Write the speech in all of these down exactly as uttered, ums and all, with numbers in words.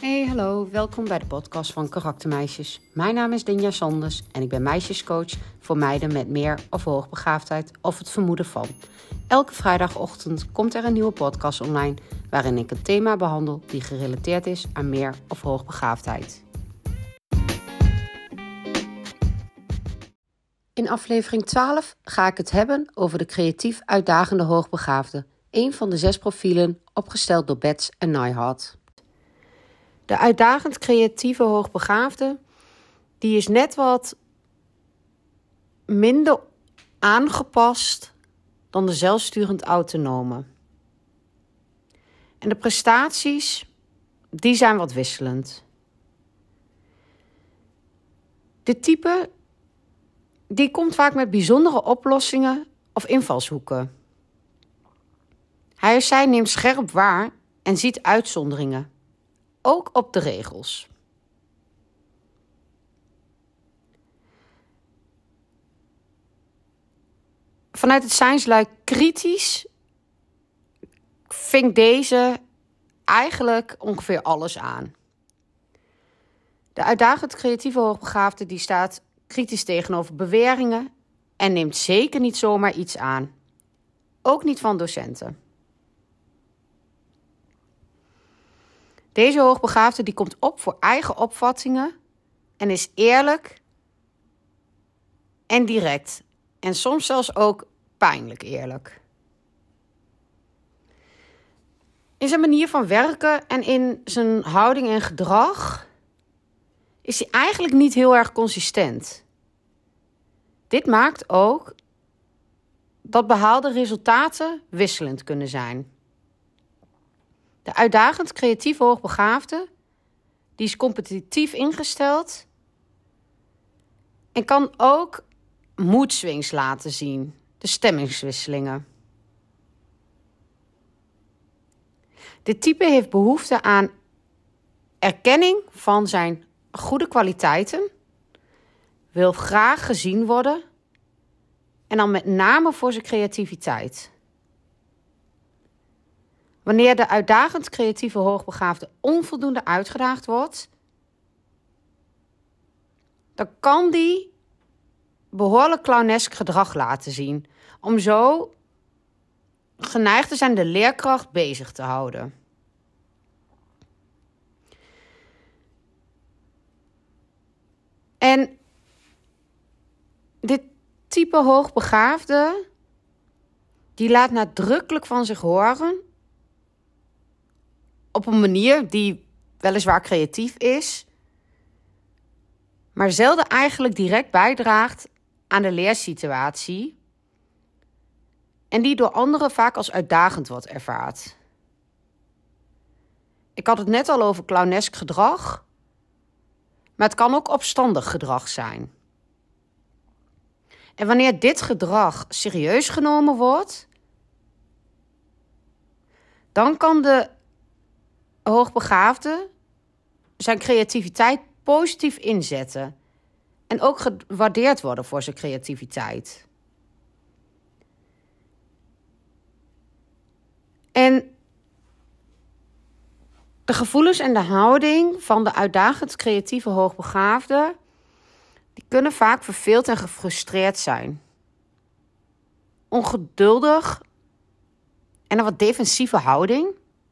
Hey, hallo, welkom bij de podcast van Karaktermeisjes. Mijn naam is Dinja Sanders en ik ben meisjescoach voor meiden met meer of hoogbegaafdheid of het vermoeden van. Elke vrijdagochtend komt er een nieuwe podcast online waarin ik een thema behandel die gerelateerd is aan meer of hoogbegaafdheid. In aflevering twaalf ga ik het hebben over de creatief uitdagende hoogbegaafde, een van de zes profielen opgesteld door Betts en Neihart. De uitdagend creatieve hoogbegaafde, die is net wat minder aangepast dan de zelfsturend autonome. En de prestaties, die zijn wat wisselend. Dit type, die komt vaak met bijzondere oplossingen of invalshoeken. Hij of zij neemt scherp waar en ziet uitzonderingen. Ook op de regels. Vanuit het zijnsluik kritisch vinkt deze eigenlijk ongeveer alles aan. De uitdagend creatieve hoogbegaafde die staat kritisch tegenover beweringen en neemt zeker niet zomaar iets aan. Ook niet van docenten. Deze hoogbegaafde die komt op voor eigen opvattingen en is eerlijk en direct. En soms zelfs ook pijnlijk eerlijk. In zijn manier van werken en in zijn houding en gedrag is hij eigenlijk niet heel erg consistent. Dit maakt ook dat behaalde resultaten wisselend kunnen zijn. De uitdagend creatieve hoogbegaafde, die is competitief ingesteld en kan ook moedswings laten zien, de stemmingswisselingen. Dit type heeft behoefte aan erkenning van zijn goede kwaliteiten, wil graag gezien worden en dan met name voor zijn creativiteit. Wanneer de uitdagend creatieve hoogbegaafde onvoldoende uitgedaagd wordt, dan kan die behoorlijk clownesk gedrag laten zien, om zo geneigd te zijn de leerkracht bezig te houden. En dit type hoogbegaafde, die laat nadrukkelijk van zich horen op een manier die weliswaar creatief is, maar zelden eigenlijk direct bijdraagt aan de leersituatie en die door anderen vaak als uitdagend wordt ervaard. Ik had het net al over clownesk gedrag, maar het kan ook opstandig gedrag zijn. En wanneer dit gedrag serieus genomen wordt, dan kan de hoogbegaafde zijn creativiteit positief inzetten en ook gewaardeerd worden voor zijn creativiteit. En de gevoelens en de houding van de uitdagend creatieve hoogbegaafde, die kunnen vaak verveeld en gefrustreerd zijn. Ongeduldig en een wat defensieve houding.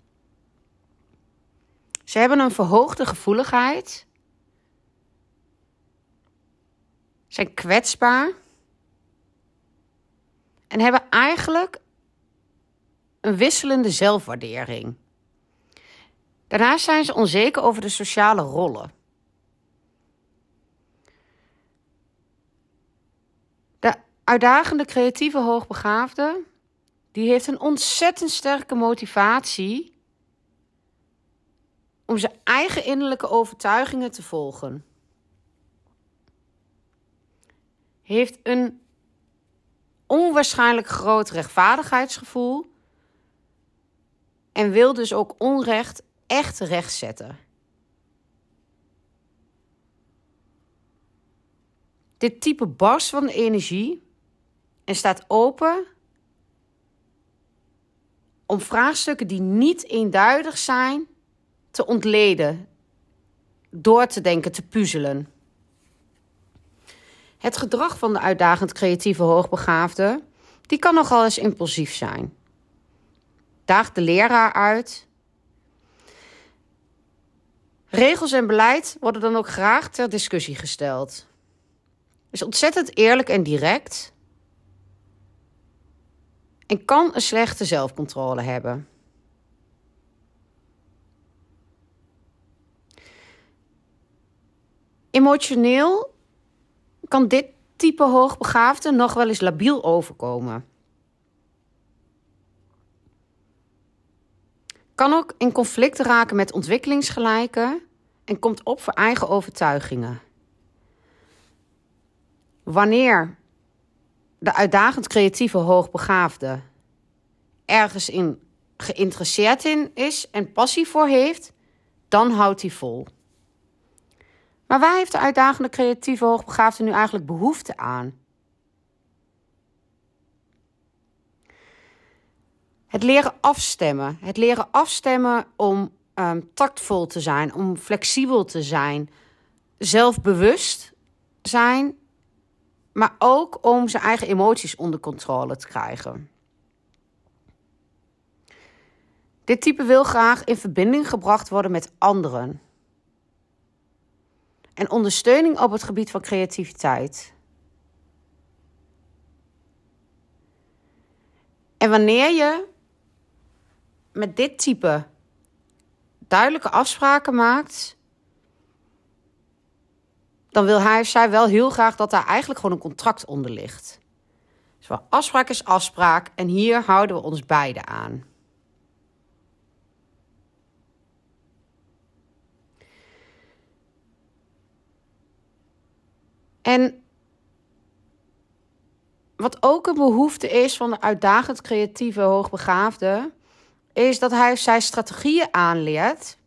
Ze hebben een verhoogde gevoeligheid, zijn kwetsbaar en hebben eigenlijk een wisselende zelfwaardering. Daarnaast zijn ze onzeker over de sociale rollen. De uitdagende creatieve hoogbegaafde, die heeft een ontzettend sterke motivatie om zijn eigen innerlijke overtuigingen te volgen. Heeft een onwaarschijnlijk groot rechtvaardigheidsgevoel en wil dus ook onrecht echt rechtzetten. Dit type barst van energie en staat open om vraagstukken die niet eenduidig zijn te ontleden door te denken, te puzzelen. Het gedrag van de uitdagend creatieve hoogbegaafde, die kan nogal eens impulsief zijn. Daagt de leraar uit. Regels en beleid worden dan ook graag ter discussie gesteld. Is ontzettend eerlijk en direct. En kan een slechte zelfcontrole hebben. Emotioneel kan dit type hoogbegaafde nog wel eens labiel overkomen. Kan ook in conflict raken met ontwikkelingsgelijken en komt op voor eigen overtuigingen. Wanneer de uitdagend creatieve hoogbegaafde ergens in geïnteresseerd in is en passie voor heeft, dan houdt hij vol. Maar waar heeft de uitdagende creatieve hoogbegaafde nu eigenlijk behoefte aan? Het leren afstemmen. Het leren afstemmen om um, tactvol te zijn, om flexibel te zijn, zelfbewust zijn, maar ook om zijn eigen emoties onder controle te krijgen. Dit type wil graag in verbinding gebracht worden met anderen. En ondersteuning op het gebied van creativiteit. En wanneer je met dit type duidelijke afspraken maakt, dan wil hij of zij wel heel graag dat daar eigenlijk gewoon een contract onder ligt. Dus wel, afspraak is afspraak en hier houden we ons beiden aan. En wat ook een behoefte is van de uitdagend creatieve hoogbegaafde, is dat hij of zij strategieën aanleert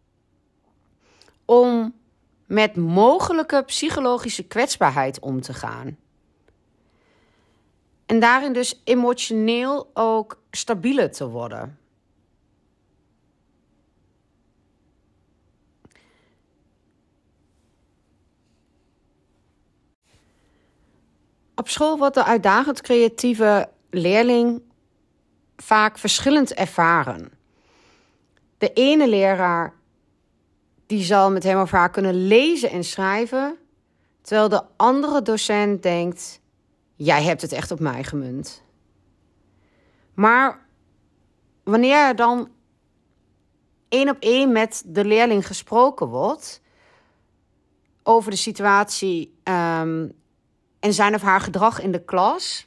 om met mogelijke psychologische kwetsbaarheid om te gaan. En daarin dus emotioneel ook stabieler te worden. Op school wordt de uitdagend creatieve leerling vaak verschillend ervaren. De ene leraar die zal met hem of haar kunnen lezen en schrijven, terwijl de andere docent denkt, jij hebt het echt op mij gemunt. Maar wanneer er dan één op één met de leerling gesproken wordt over de situatie um, en zijn of haar gedrag in de klas,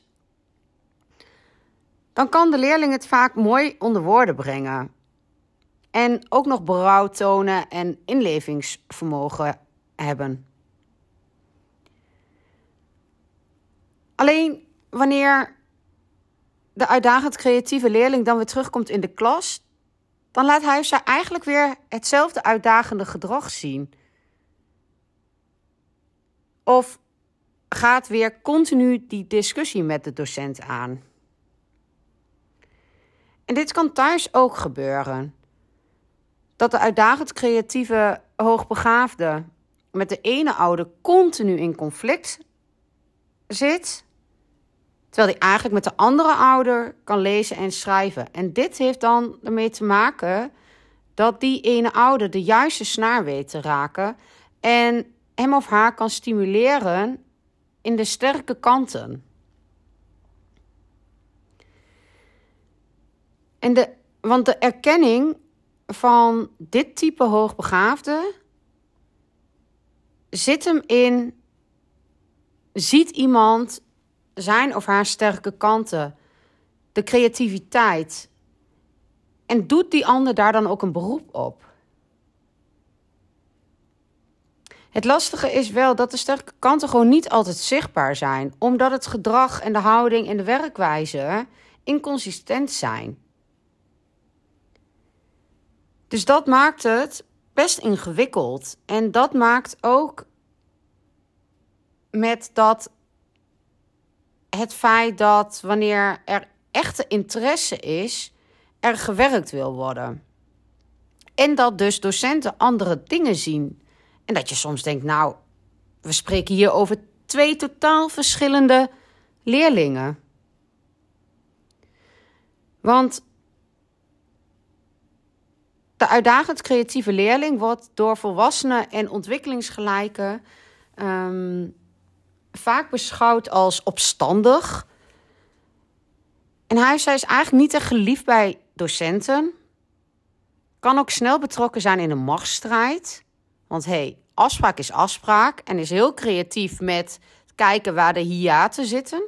dan kan de leerling het vaak mooi onder woorden brengen. En ook nog berouw tonen en inlevingsvermogen hebben. Alleen wanneer de uitdagend creatieve leerling dan weer terugkomt in de klas, dan laat hij of zij eigenlijk weer hetzelfde uitdagende gedrag zien. Of gaat weer continu die discussie met de docent aan. En dit kan thuis ook gebeuren. Dat de uitdagend creatieve hoogbegaafde met de ene ouder continu in conflict zit, terwijl hij eigenlijk met de andere ouder kan lezen en schrijven. En dit heeft dan ermee te maken dat die ene ouder de juiste snaar weet te raken en hem of haar kan stimuleren in de sterke kanten. En de, want de erkenning van dit type hoogbegaafde zit hem in, ziet iemand zijn of haar sterke kanten, de creativiteit, en doet die ander daar dan ook een beroep op. Het lastige is wel dat de sterke kanten gewoon niet altijd zichtbaar zijn, omdat het gedrag en de houding en de werkwijze inconsistent zijn. Dus dat maakt het best ingewikkeld. En dat maakt ook met dat het feit dat wanneer er echte interesse is, er gewerkt wil worden. En dat dus docenten andere dingen zien En dat je soms denkt, nou, we spreken hier over twee totaal verschillende leerlingen. Want de uitdagend creatieve leerling wordt door volwassenen en ontwikkelingsgelijken um, vaak beschouwd als opstandig. En hij zij is eigenlijk niet echt geliefd bij docenten. Kan ook snel betrokken zijn in een machtsstrijd. Want hey, afspraak is afspraak en is heel creatief met kijken waar de hiaten zitten.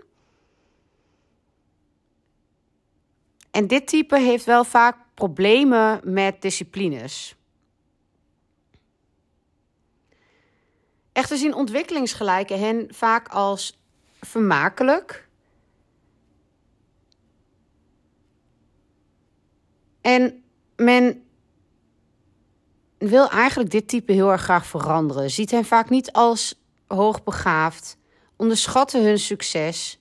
En dit type heeft wel vaak problemen met disciplines. Echter zien ontwikkelingsgelijken hen vaak als vermakelijk. En men wil eigenlijk dit type heel erg graag veranderen. Ziet hen vaak niet als hoogbegaafd, onderschatten hun succes.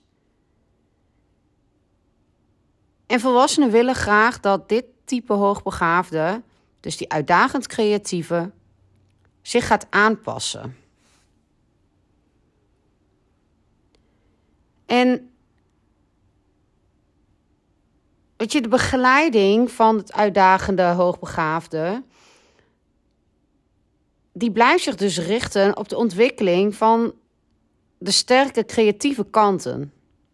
En volwassenen willen graag dat dit type hoogbegaafde, dus die uitdagend creatieve, zich gaat aanpassen. En weet je, de begeleiding van het uitdagende hoogbegaafde, die blijft zich dus richten op de ontwikkeling van de sterke creatieve kanten.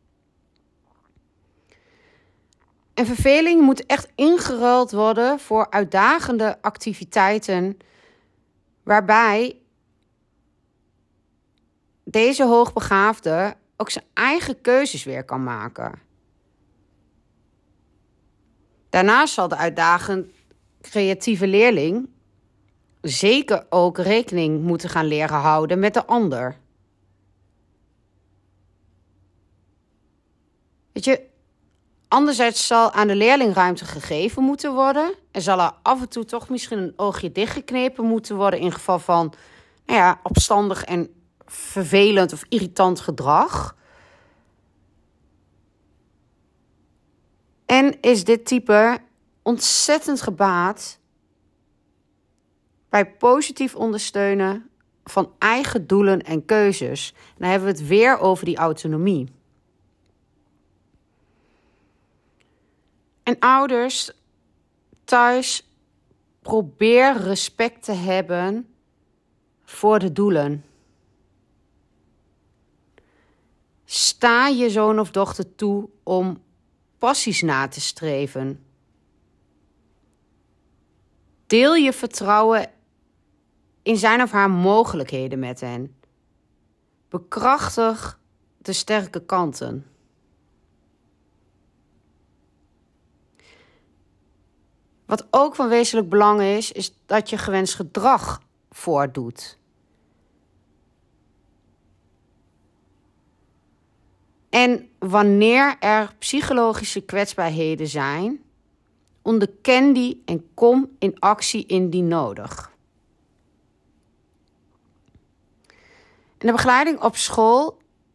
En verveling moet echt ingeruild worden voor uitdagende activiteiten, waarbij deze hoogbegaafde ook zijn eigen keuzes weer kan maken. Daarnaast zal de uitdagend creatieve leerling zeker ook rekening moeten gaan leren houden met de ander. Weet je, anderzijds zal aan de leerling ruimte gegeven moeten worden. Er zal er af en toe toch misschien een oogje dichtgeknepen moeten worden in geval van nou ja, opstandig en vervelend of irritant gedrag. En is dit type ontzettend gebaat bij positief ondersteunen van eigen doelen en keuzes. En dan hebben we het weer over die autonomie. En ouders thuis, probeer respect te hebben voor de doelen. Sta je zoon of dochter toe om passies na te streven. Deel je vertrouwen in zijn of haar mogelijkheden met hen. Bekrachtig de sterke kanten. Wat ook van wezenlijk belang is, is dat je gewenst gedrag voordoet. En wanneer er psychologische kwetsbaarheden zijn, onderken die en kom in actie indien nodig. En de begeleiding op school,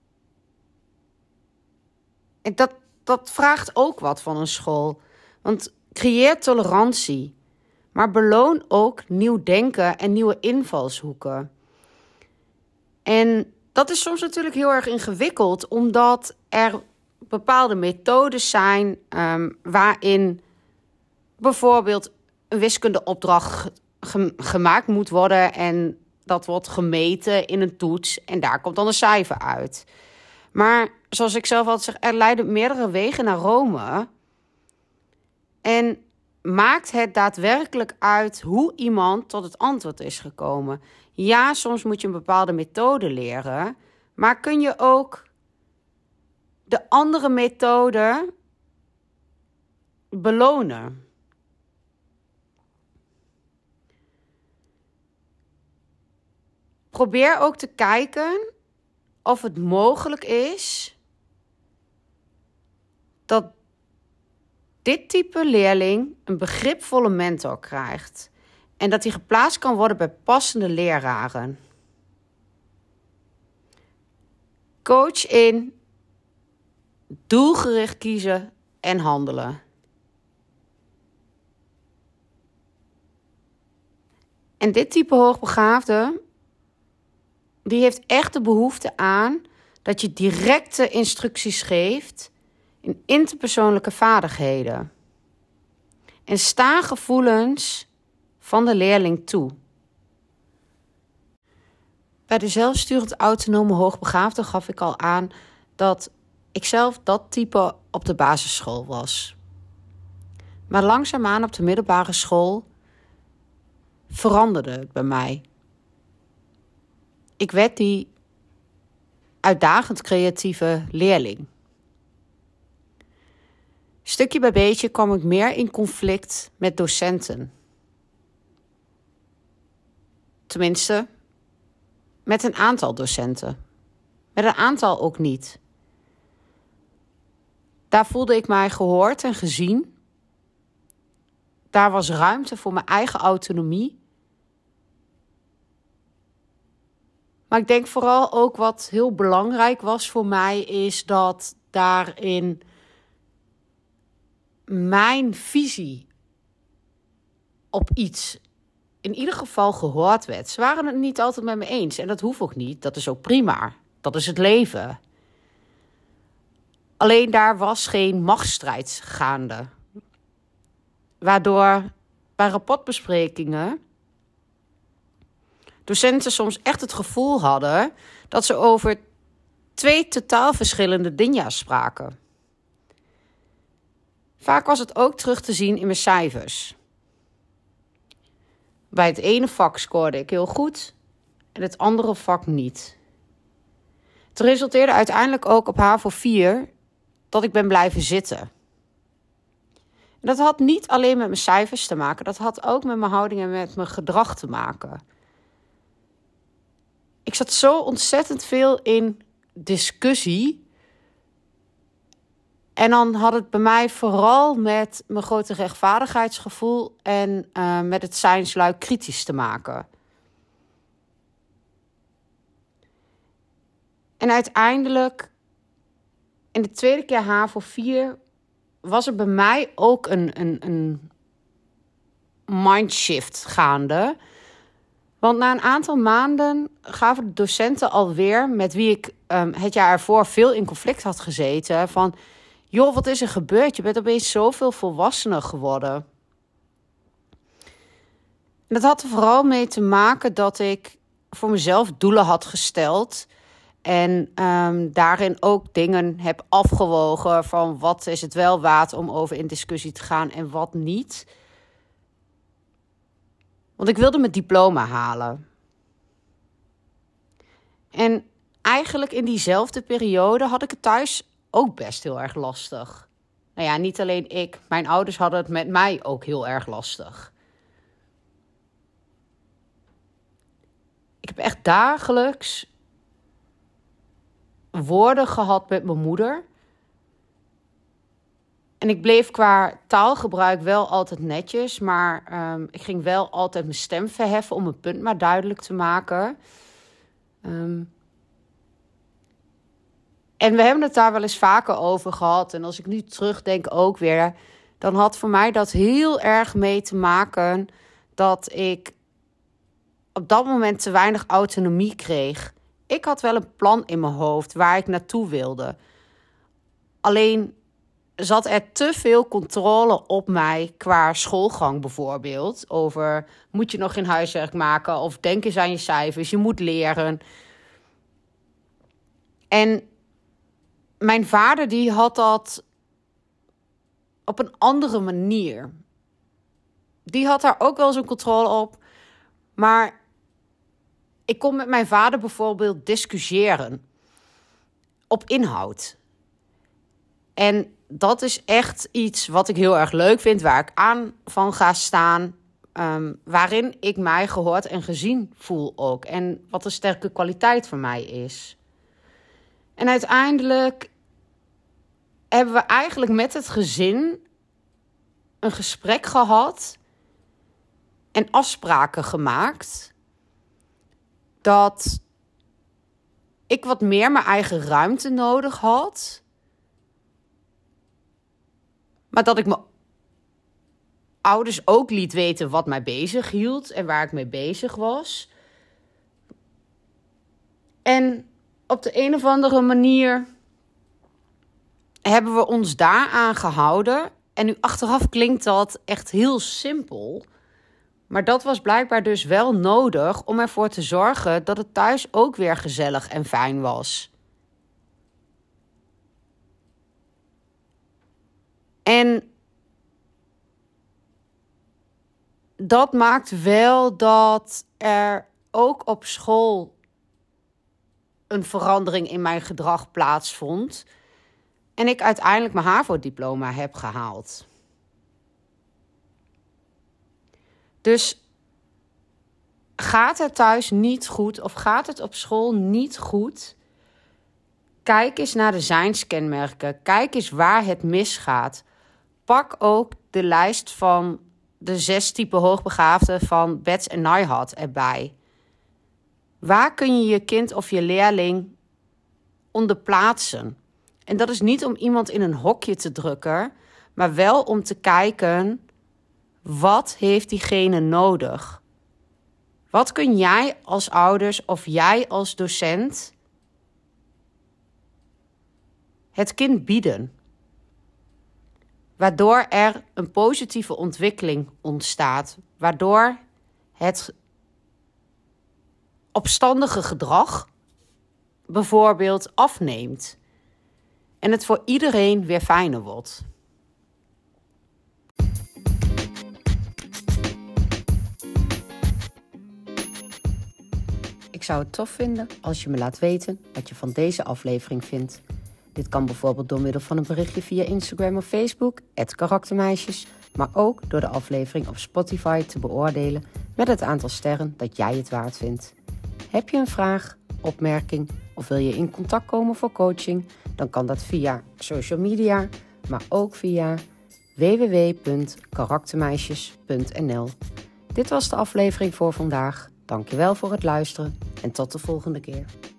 dat, dat vraagt ook wat van een school. Want creëer tolerantie, maar beloon ook nieuw denken en nieuwe invalshoeken. En dat is soms natuurlijk heel erg ingewikkeld, omdat er bepaalde methodes zijn um, waarin bijvoorbeeld een wiskundeopdracht ge- gemaakt moet worden en dat wordt gemeten in een toets en daar komt dan een cijfer uit. Maar zoals ik zelf altijd zeg, er leiden meerdere wegen naar Rome. En maakt het daadwerkelijk uit hoe iemand tot het antwoord is gekomen. Ja, soms moet je een bepaalde methode leren, maar kun je ook de andere methode belonen. Probeer ook te kijken of het mogelijk is dat dit type leerling een begripvolle mentor krijgt en dat hij geplaatst kan worden bij passende leraren. Coach in, doelgericht kiezen en handelen. En dit type hoogbegaafde die heeft echt de behoefte aan dat je directe instructies geeft in interpersoonlijke vaardigheden. En sta gevoelens van de leerling toe. Bij de zelfsturend autonome hoogbegaafde gaf ik al aan dat ik zelf dat type op de basisschool was. Maar langzaamaan op de middelbare school veranderde het bij mij. Ik werd die uitdagend creatieve leerling. Stukje bij beetje kwam ik meer in conflict met docenten. Tenminste, met een aantal docenten. Met een aantal ook niet. Daar voelde ik mij gehoord en gezien. Daar was ruimte voor mijn eigen autonomie. Maar ik denk vooral ook wat heel belangrijk was voor mij, is dat daarin mijn visie op iets in ieder geval gehoord werd. Ze waren het niet altijd met me eens en dat hoeft ook niet. Dat is ook prima. Dat is het leven. Alleen daar was geen machtsstrijd gaande. Waardoor bij rapportbesprekingen docenten soms echt het gevoel hadden dat ze over twee totaal verschillende dingen spraken. Vaak was het ook terug te zien in mijn cijfers. Bij het ene vak scoorde ik heel goed en het andere vak niet. Het resulteerde uiteindelijk ook op H A V O vier dat ik ben blijven zitten. En dat had niet alleen met mijn cijfers te maken, dat had ook met mijn houding en met mijn gedrag te maken. Ik zat zo ontzettend veel in discussie. En dan had het bij mij vooral met mijn grote rechtvaardigheidsgevoel en uh, met het zijnslui kritisch te maken. En uiteindelijk, in de tweede keer H A V O vier, was er bij mij ook een, een, een mindshift gaande. Want na een aantal maanden gaven de docenten alweer, met wie ik um, het jaar ervoor veel in conflict had gezeten, van, joh, wat is er gebeurd? Je bent opeens zoveel volwassener geworden. En dat had er vooral mee te maken dat ik voor mezelf doelen had gesteld. En um, daarin ook dingen heb afgewogen van wat is het wel waard om over in discussie te gaan en wat niet. Want ik wilde mijn diploma halen. En eigenlijk in diezelfde periode had ik het thuis ook best heel erg lastig. Nou ja, niet alleen ik. Mijn ouders hadden het met mij ook heel erg lastig. Ik heb echt dagelijks woorden gehad met mijn moeder. En ik bleef qua taalgebruik wel altijd netjes, maar um, ik ging wel altijd mijn stem verheffen om mijn punt maar duidelijk te maken. Um, en we hebben het daar wel eens vaker over gehad. En als ik nu terugdenk ook weer, dan had voor mij dat heel erg mee te maken dat ik op dat moment te weinig autonomie kreeg. Ik had wel een plan in mijn hoofd waar ik naartoe wilde. Alleen zat er te veel controle op mij qua schoolgang bijvoorbeeld. Over, moet je nog geen huiswerk maken? Of denk eens aan je cijfers, je moet leren. En mijn vader die had dat op een andere manier. Die had daar ook wel zijn controle op. Maar ik kon met mijn vader bijvoorbeeld discussiëren op inhoud. En dat is echt iets wat ik heel erg leuk vind, waar ik aan van ga staan, um, waarin ik mij gehoord en gezien voel ook. En wat een sterke kwaliteit voor mij is. En uiteindelijk hebben we eigenlijk met het gezin een gesprek gehad en afspraken gemaakt dat ik wat meer mijn eigen ruimte nodig had. Maar dat ik mijn ouders ook liet weten wat mij bezig hield en waar ik mee bezig was. En op de een of andere manier hebben we ons daaraan gehouden. En nu achteraf klinkt dat echt heel simpel. Maar dat was blijkbaar dus wel nodig om ervoor te zorgen dat het thuis ook weer gezellig en fijn was. En dat maakt wel dat er ook op school een verandering in mijn gedrag plaatsvond. En ik uiteindelijk mijn HAVO-diploma heb gehaald. Dus gaat het thuis niet goed of gaat het op school niet goed? Kijk eens naar de zijnskenmerken. Kijk eens waar het misgaat. Pak ook de lijst van de zes typen hoogbegaafden van Betts en Nijhat erbij. Waar kun je je kind of je leerling onder plaatsen? En dat is niet om iemand in een hokje te drukken, maar wel om te kijken, wat heeft diegene nodig? Wat kun jij als ouders of jij als docent het kind bieden? Waardoor er een positieve ontwikkeling ontstaat. Waardoor het opstandige gedrag bijvoorbeeld afneemt. En het voor iedereen weer fijner wordt. Ik zou het tof vinden als je me laat weten wat je van deze aflevering vindt. Dit kan bijvoorbeeld door middel van een berichtje via Instagram of Facebook, at karaktermeisjes, maar ook door de aflevering op Spotify te beoordelen met het aantal sterren dat jij het waard vindt. Heb je een vraag, opmerking of wil je in contact komen voor coaching? Dan kan dat via social media, maar ook via w w w punt karaktermeisjes punt n l. Dit was de aflevering voor vandaag. Dankjewel voor het luisteren en tot de volgende keer.